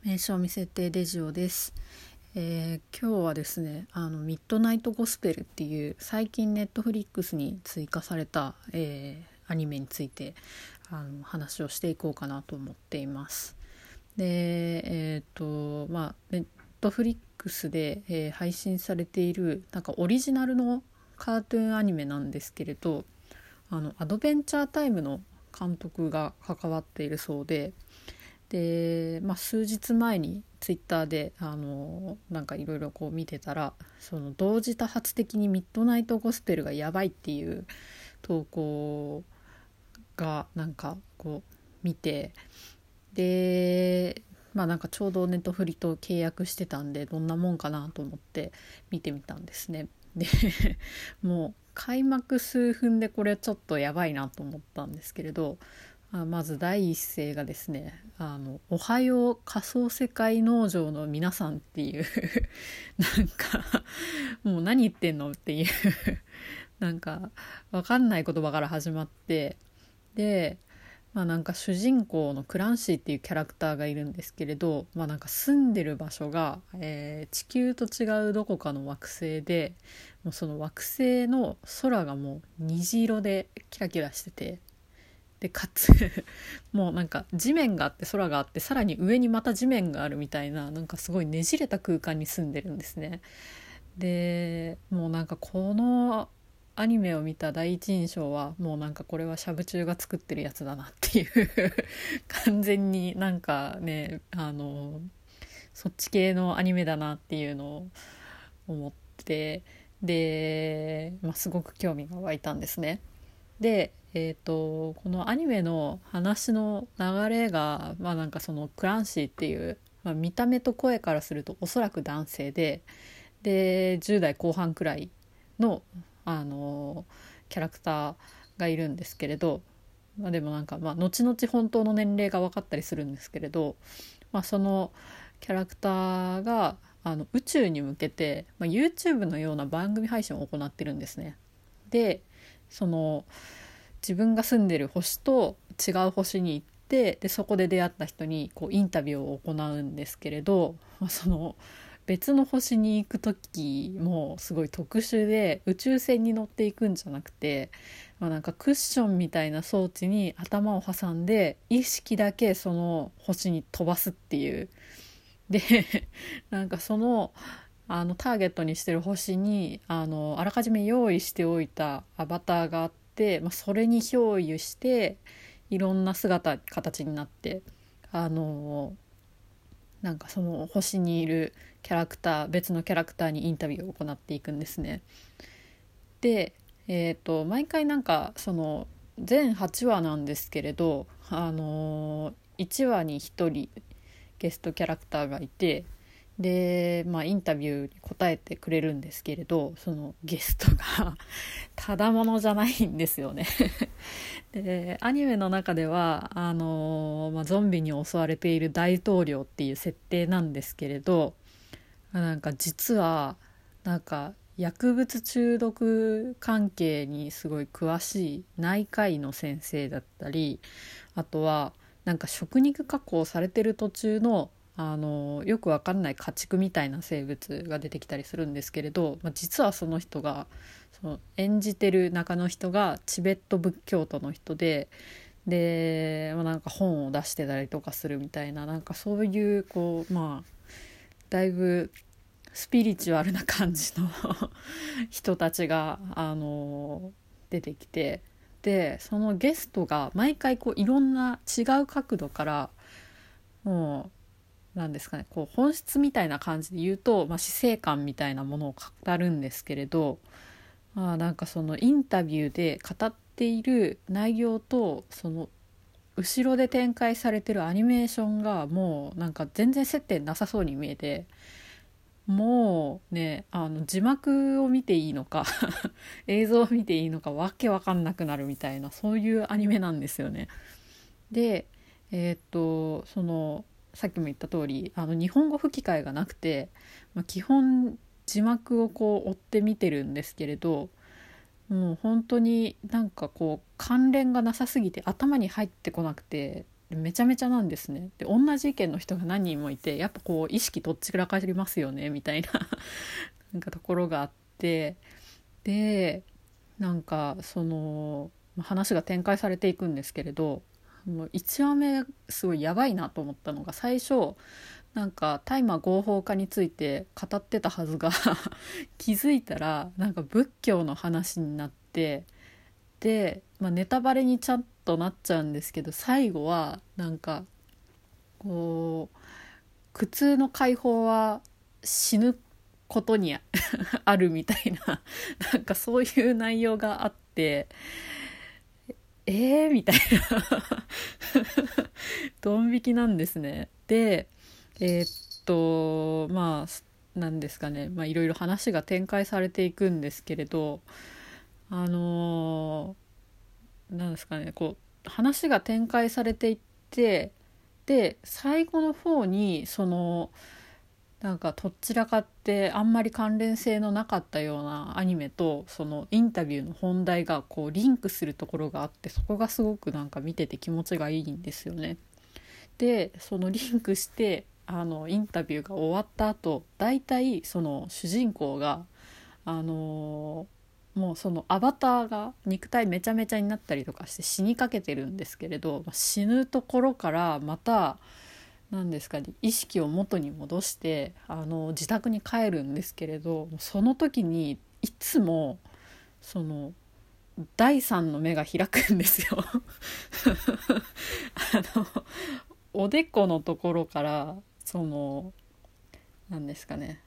名称未設定デジオです。今日はですねミッドナイトゴスペルっていう最近ネットフリックスに追加された、アニメについて話をしていこうかなと思っています。でネットフリックスで、配信されているなんかオリジナルのカートゥーンアニメなんですけれど、アドベンチャータイムの監督が関わっているそうで、数日前にツイッターでなんかいろいろこう見てたら、その同時多発的にミッドナイトゴスペルがやばいっていう投稿がなんかこう見て、でなんかちょうどネットフリと契約してたんで、どんなもんかなと思って見てみたんですね。でもう開幕数分でこれちょっとやばいなと思ったんですけれど、まず第一声がですね、おはよう仮想世界農場の皆さんっていうなんかもう何言ってんのっていうなんかわかんない言葉から始まって、でなんか主人公のクランシーっていうキャラクターがいるんですけれど、なんか住んでる場所が、地球と違うどこかの惑星で、もうその惑星の空がもう虹色でキラキラしてて、でかつもうなんか地面があって空があって、さらに上にまた地面があるみたいな、なんかすごいねじれた空間に住んでるんですね。でもうなんかこのアニメを見た第一印象は、もうなんかこれはシャブチューが作ってるやつだなっていう完全になんかね、そっち系のアニメだなっていうのを思って、すごく興味が湧いたんですね。で、このアニメの話の流れが、なんかそのクランシーっていう、見た目と声からするとおそらく男性で10代後半くらいの、キャラクターがいるんですけれど、でもなんか後々本当の年齢が分かったりするんですけれど、そのキャラクターが宇宙に向けて、YouTube のような番組配信を行ってるんですね。でその自分が住んでる星と違う星に行って、でそこで出会った人にこうインタビューを行うんですけれど、その別の星に行く時もすごい特殊で、宇宙船に乗っていくんじゃなくて、なんかクッションみたいな装置に頭を挟んで意識だけその星に飛ばすっていう。でなんかそのターゲットにしてる星にあらかじめ用意しておいたアバターがあって、それに憑依していろんな形になって、なんかその星にいる別のキャラクターにインタビューを行っていくんですね。で、毎回なんかその全8話なんですけれど、1話に1人ゲストキャラクターがいて、でインタビューに答えてくれるんですけれど、そのゲストがただものじゃないんですよねでアニメの中ではゾンビに襲われている大統領っていう設定なんですけれど、なんか実はなんか薬物中毒関係にすごい詳しい内科医の先生だったり、あとはなんか食肉加工されてる途中のよくわかんない家畜みたいな生物が出てきたりするんですけれど、実はその人が、その演じてる中の人がチベット仏教徒の人で、なんか本を出してたりとかするみたいな、なんかそういうこうだいぶスピリチュアルな感じの人たちが出てきて、でそのゲストが毎回こういろんな違う角度から、もうなんですかね、こう本質みたいな感じで言うと、死生観みたいなものを語るんですけれど、なんかそのインタビューで語っている内容と、その後ろで展開されてるアニメーションがもうなんか全然接点なさそうに見えて、もうね字幕を見ていいのか映像を見ていいのかわけわかんなくなるみたいな、そういうアニメなんですよね。でそのさっきも言った通り日本語吹き替えがなくて、基本字幕をこう追って見てるんですけれど、もう本当になんかこう関連がなさすぎて頭に入ってこなくて、 めちゃめちゃなんですね。で同じ意見の人が何人もいて、やっぱこう意識どっちらかりますよねみたいななんかところがあって、でなんかその話が展開されていくんですけれど、もう1話目すごいやばいなと思ったのが、最初なんか大麻合法化について語ってたはずが気づいたらなんか仏教の話になって、で、ネタバレにちゃんとなっちゃうんですけど、最後はなんかこう苦痛の解放は死ぬことにあるみたいななんかそういう内容があって、みたいなドン引きなんですね。でなんですかね、いろいろ話が展開されていくんですけれど、なんですかね、こう話が展開されていって、で最後の方にそのなんかとっちらかってあんまり関連性のなかったようなアニメとそのインタビューの本題がこうリンクするところがあって、そこがすごくなんか見てて気持ちがいいんですよね。でそのリンクしてインタビューが終わった後、だいたいその主人公がもうそのアバターが肉体めちゃめちゃになったりとかして死にかけてるんですけれど、死ぬところからまた何ですかね、意識を元に戻して自宅に帰るんですけれど、その時にいつもその第三の目が開くんですよおでこのところからその何ですかね、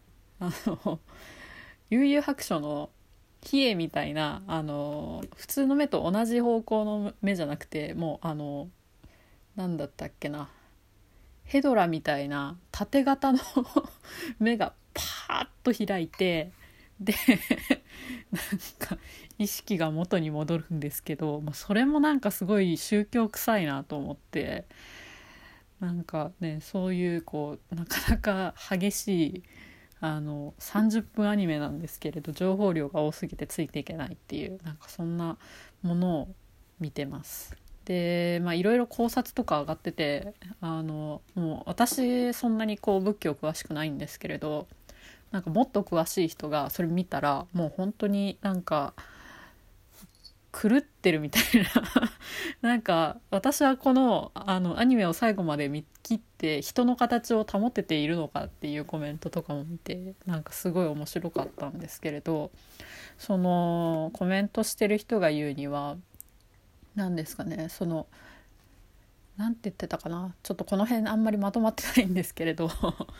悠々白書の比叡みたいな普通の目と同じ方向の目じゃなくて、もうなんだったっけな、ヘドラみたいな縦型の目がパーッと開いて、でなんか意識が元に戻るんですけど、それもなんかすごい宗教臭いなと思って、なんかね、そういうこうなかなか激しい30分アニメなんですけれど、情報量が多すぎてついていけないっていう、なんかそんなものを見てます。でいろいろ考察とか上がってて、もう私そんなにこう仏教詳しくないんですけれど、なんかもっと詳しい人がそれ見たらもう本当になんか狂ってるみたいななんか私はこのアニメを最後まで見切って人の形を保てているのかっていうコメントとかも見て、なんかすごい面白かったんですけれど、そのコメントしてる人が言うには何ですかね、そのなんて言ってたかな、ちょっとこの辺あんまりまとまってないんですけれど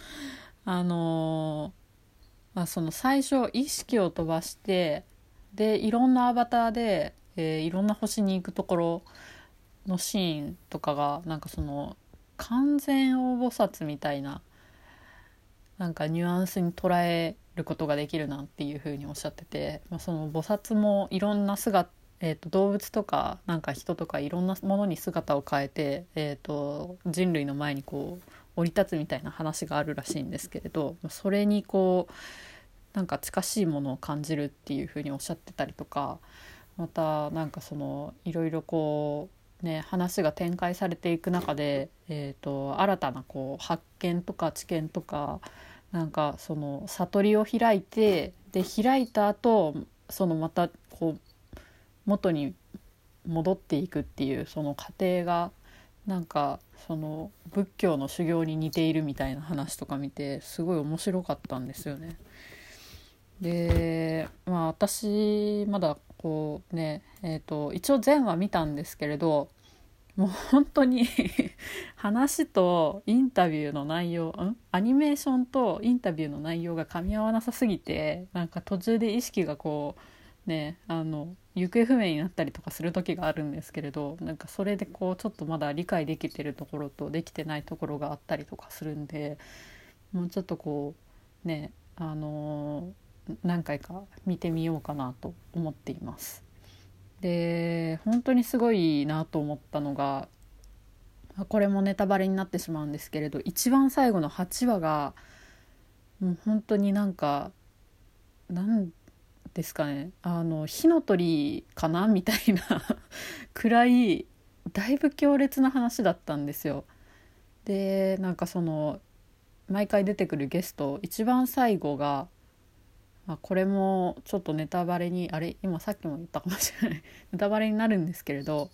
その最初意識を飛ばしてでいろんなアバターで、いろんな星に行くところのシーンとかがなんかその完全応菩薩みたいななんかニュアンスに捉えることができるなっていうふうにおっしゃってて、その菩薩もいろんな姿、動物とかなんか人とかいろんなものに姿を変えて、人類の前にこう降り立つみたいな話があるらしいんですけれど、それにこうなんか近しいものを感じるっていうふうにおっしゃってたりとか、またなんかそのいろいろこうね話が展開されていく中で、新たなこう発見とか知見とかなんかその悟りを開いて、で開いた後そのまたこう元に戻っていくっていうその過程がなんかその仏教の修行に似ているみたいな話とか見てすごい面白かったんですよね。で私まだこうね一応全話見たんですけれど、もう本当に話とインタビューの内容アニメーションとインタビューの内容が噛み合わなさすぎて、なんか途中で意識がこうね行方不明になったりとかする時があるんですけれど、なんかそれでこうちょっとまだ理解できてるところとできてないところがあったりとかするんで、もうちょっとこうね何回か見てみようかなと思っています。で本当にすごいなと思ったのが、これもネタバレになってしまうんですけれど、一番最後の8話がもう本当になんかなんですかね、火の鳥かなみたいなくらいだいぶ強烈な話だったんですよ。でなんか毎回出てくるゲスト一番最後が、これもちょっとネタバレに今さっきも言ったかもしれないネタバレになるんですけれど、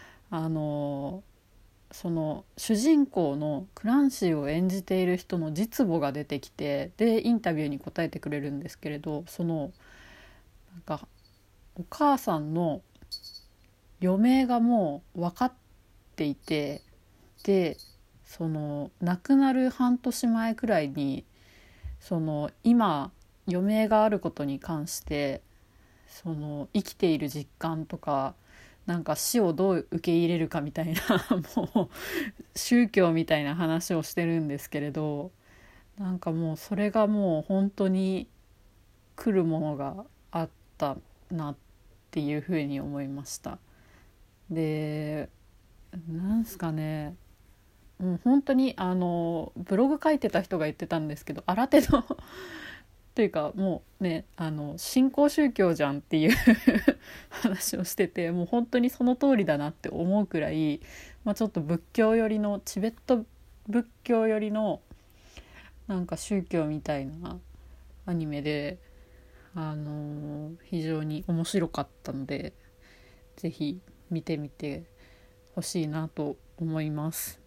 その主人公のクランシーを演じている人の実母が出てきて、でインタビューに答えてくれるんですけれど、なんかお母さんの余命がもう分かっていて、で亡くなる半年前くらいに今余命があることに関して生きている実感とか、なんか死をどう受け入れるかみたいなもう宗教みたいな話をしてるんですけれど、なんかもうそれがもう本当に来るものがあったなっていうふうに思いました。でなんすかね、もう本当にブログ書いてた人が言ってたんですけど、新手のというかもうね、新興宗教じゃんっていう話をしてて、もう本当にその通りだなって思うくらい、ちょっと仏教寄りのチベット仏教寄りのなんか宗教みたいなアニメで、非常に面白かったので、ぜひ見てみてほしいなと思います。